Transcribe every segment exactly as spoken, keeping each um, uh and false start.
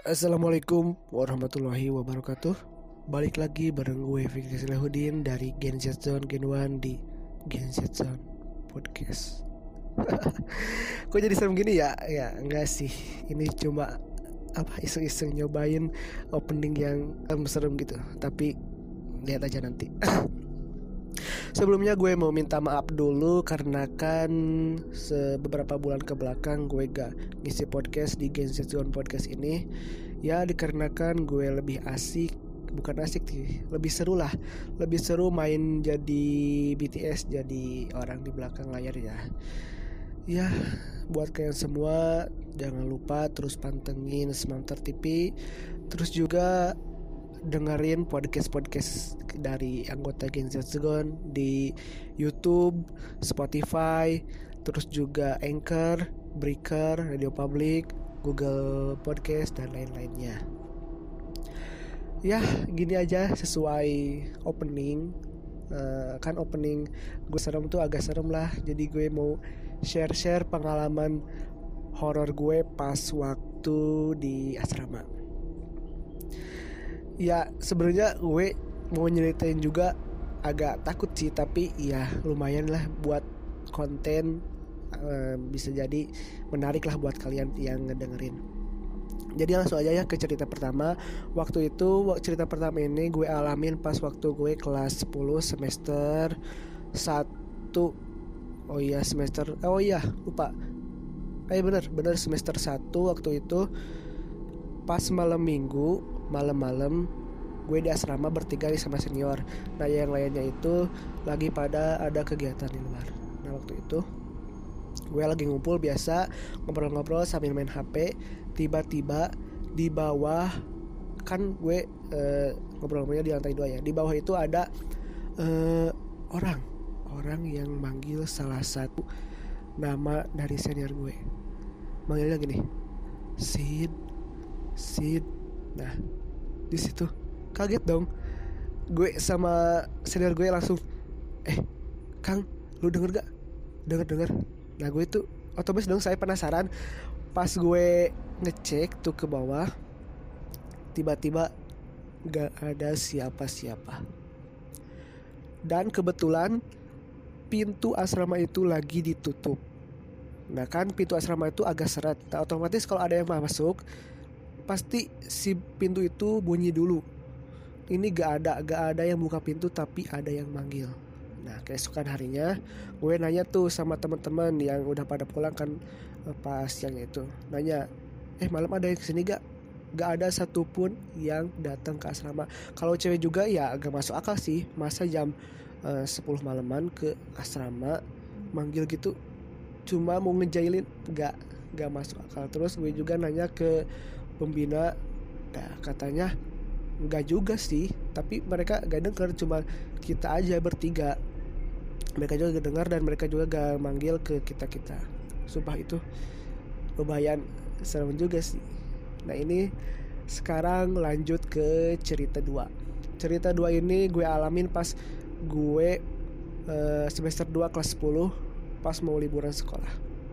Assalamualaikum warahmatullahi wabarakatuh. Balik lagi bareng gue Fikri Salahuddin dari Gen Z Zone Gen satu di Gen Z Zone Podcast. Kok jadi serem gini ya? Ya enggak sih. Ini cuma apa iseng-iseng nyobain opening yang serem gitu. Tapi lihat aja nanti. Sebelumnya gue mau minta maaf dulu karena kan beberapa bulan ke belakang gue gak ngisi podcast di Gen Z Zone Podcast ini. Ya dikarenakan gue lebih asik, bukan asik sih, lebih seru lah. Lebih seru main jadi B T S, jadi orang di belakang layar ya. Ya buat kalian semua jangan lupa terus pantengin Semantar T V. Terus juga dengerin podcast-podcast dari anggota Gen Z Zone di YouTube, Spotify, terus juga Anchor, Breaker, Radio Public, Google Podcast dan lain-lainnya. Ya, gini aja sesuai opening. Uh, kan opening gue serem tuh agak serem lah. Jadi gue mau share-share pengalaman horor gue pas waktu di asrama. Ya sebenarnya gue mau nyeritain juga agak takut sih, tapi ya lumayan lah buat konten, e, bisa jadi menarik lah buat kalian yang ngedengerin. Jadi langsung aja ya ke cerita pertama. Waktu itu cerita pertama ini gue alamin pas waktu gue kelas sepuluh semester satu. Oh iya semester Oh iya lupa Eh bener bener semester satu. Waktu itu pas malam minggu, malam-malam gue di asrama bertiga nih sama senior. Nah yang lainnya itu lagi pada ada kegiatan di luar. Nah waktu itu gue lagi ngumpul biasa, ngobrol-ngobrol sambil main H P. Tiba-tiba di bawah, kan gue uh, ngobrol-ngobrolnya di lantai dua ya. Di bawah itu ada uh, orang Orang yang manggil salah satu nama dari senior gue. Manggilnya gini, Sid Sid. Nah di situ kaget dong gue sama senior gue, langsung eh Kang lu denger gak? Denger denger. Nah gue itu otomatis dong saya penasaran. Pas gue ngecek tuh ke bawah, tiba-tiba gak ada siapa-siapa. Dan kebetulan pintu asrama itu lagi ditutup. Nah kan pintu asrama itu agak seret. Nah otomatis kalau ada yang masuk pasti si pintu itu bunyi dulu. Ini gak ada gak ada yang buka pintu, tapi ada yang manggil. Nah keesokan harinya gue nanya tuh sama teman-teman yang udah pada pulang kan pas yang itu, nanya, eh malam ada yang kesini gak? Gak ada satupun yang datang ke asrama. Kalau cewek juga ya agak masuk akal sih. Masa jam uh, sepuluh malaman ke asrama manggil gitu, cuma mau ngejailin, gak gak masuk akal. Terus gue juga nanya ke pembina, nah katanya enggak juga sih, tapi mereka gak denger, cuma kita aja bertiga. Mereka juga gak dengar dan mereka juga gak manggil ke kita-kita. Sumpah itu lumayan serem juga sih. Nah ini sekarang lanjut ke cerita dua. Cerita dua ini gue alamin pas gue uh, semester dua kelas sepuluh, pas mau liburan sekolah.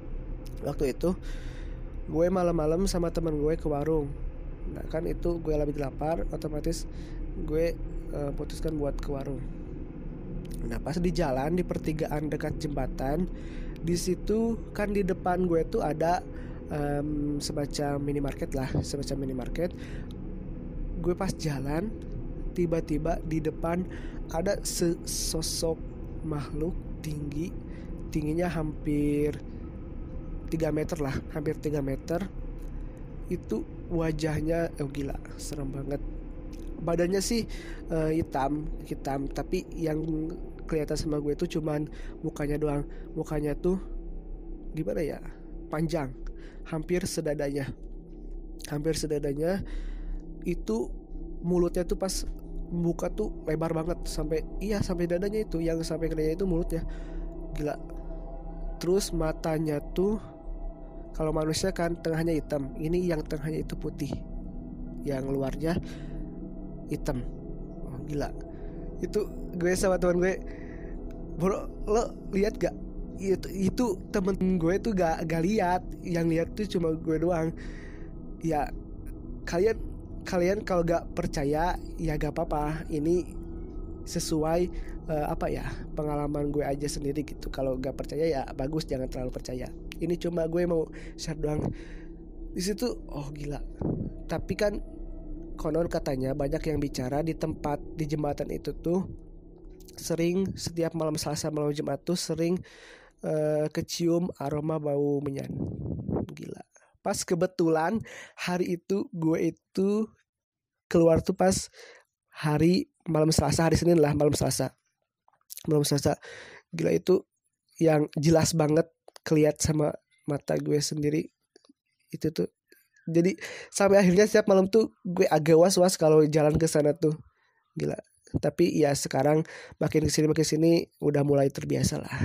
Waktu itu gue malam-malam sama teman gue ke warung. Nah kan itu gue lagi lapar, otomatis gue uh, putuskan buat ke warung. Nah pas di jalan di pertigaan dekat jembatan, di situ kan di depan gue tuh ada um, semacam minimarket lah, semacam minimarket. Gue pas jalan, tiba-tiba di depan ada sesosok makhluk tinggi, tingginya hampir tiga meter lah, hampir tiga meter. Itu wajahnya, oh gila, serem banget. Badannya sih uh, hitam, hitam, tapi yang kelihatan sama gue itu cuman mukanya doang. Mukanya tuh gimana ya? Panjang, hampir sedadanya. Hampir sedadanya. Itu mulutnya tuh pas buka tuh lebar banget sampai iya sampai dadanya itu, yang sampai ke dadanya itu mulutnya. Gila. Terus matanya tuh, kalau manusia kan tengahnya hitam, ini yang tengahnya itu putih, yang luarnya hitam. Oh, gila. Itu gue sama teman gue, bro, lo lihat gak? Itu itu temen gue tuh gak gak lihat, yang lihat tuh cuma gue doang. Ya kalian kalian kalau gak percaya ya gak apa-apa, ini sesuai uh, apa ya, pengalaman gue aja sendiri gitu. Kalau gak percaya ya bagus, jangan terlalu percaya. Ini cuma gue mau share doang. Di situ oh gila. Tapi kan konon katanya banyak yang bicara di tempat di jembatan itu tuh sering setiap malam Selasa malam Jumat tuh sering uh, kecium aroma bau menyan. Gila. Pas kebetulan hari itu gue itu keluar tuh pas hari malam Selasa, hari Senin lah, malam Selasa. Malam Selasa. Gila, itu yang jelas banget keliat sama mata gue sendiri. Itu tuh. Jadi sampai akhirnya setiap malam tuh gue agak was-was kalau jalan ke sana tuh. Gila. Tapi ya sekarang makin kesini makin kesini udah mulai terbiasa lah.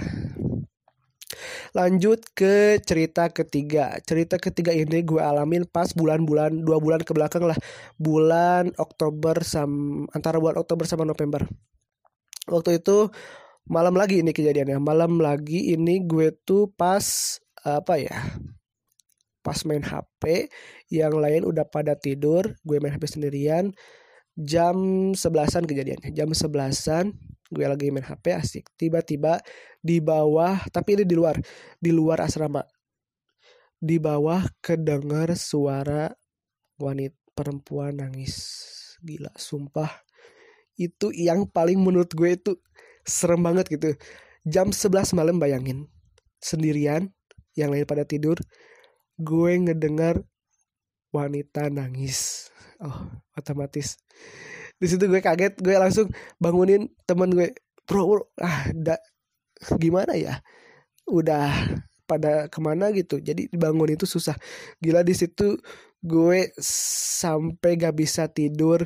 Lanjut ke cerita ketiga. Cerita ketiga ini gue alamin pas bulan-bulan dua bulan ke belakang lah. Bulan Oktober sam antara bulan Oktober sama November. Waktu itu malam lagi ini kejadiannya. Malam lagi ini gue tuh pas apa ya? Pas main H P, yang lain udah pada tidur, gue main H P sendirian. Jam sebelasan kejadiannya. Jam sebelasan gue lagi main H P asik. Tiba-tiba di bawah, tapi ini di luar, di luar asrama. Di bawah kedengar suara wanita perempuan nangis. Gila, sumpah. Itu yang paling menurut gue itu serem banget gitu. Jam sebelas malam bayangin. Sendirian, yang lain pada tidur. Gue ngedengar wanita nangis. Oh, otomatis. Di situ gue kaget, gue langsung bangunin teman gue. Bro, bro, ah, da, gimana ya? Udah pada kemana gitu. Jadi bangun itu susah. Gila, di situ gue sampai gak bisa tidur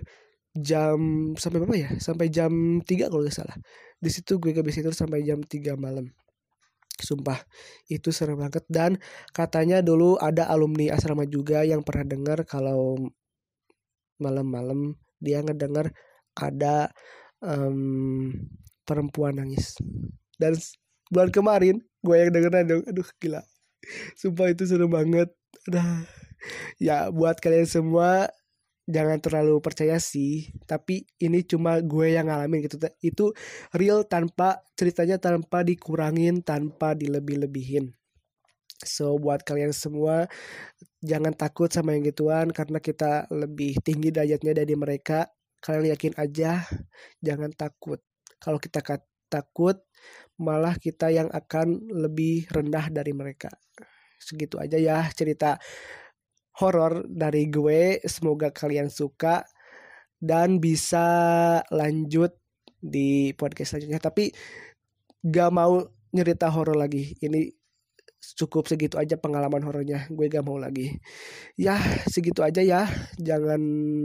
jam sampai berapa ya? Sampai jam tiga kalau gak salah. Di situ gue gak bisa tidur sampai jam tiga malam. Sumpah, itu serem banget. Dan katanya dulu ada alumni asrama juga yang pernah dengar kalau malam-malam dia ngedengar ada um, perempuan nangis. Dan bulan kemarin gue yang dengerin dong. Aduh gila, sumpah itu serem banget. Udah. Ya buat kalian semua jangan terlalu percaya sih, tapi ini cuma gue yang ngalamin gitu. Itu real, tanpa ceritanya tanpa dikurangin, tanpa dilebih-lebihin. So buat kalian semua jangan takut sama yang gituan, karena kita lebih tinggi derajatnya dari mereka. Kalian yakin aja, jangan takut. Kalau kita takut, malah kita yang akan lebih rendah dari mereka. Segitu aja ya cerita horor dari gue. Semoga kalian suka dan bisa lanjut di podcast selanjutnya. Tapi gak mau nyerita horor lagi. Ini cukup segitu aja pengalaman horornya. Gue gak mau lagi. Ya segitu aja ya. Jangan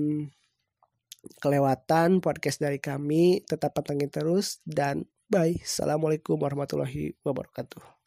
kelewatan podcast dari kami. Tetap pantengin terus dan bye. Assalamualaikum warahmatullahi wabarakatuh.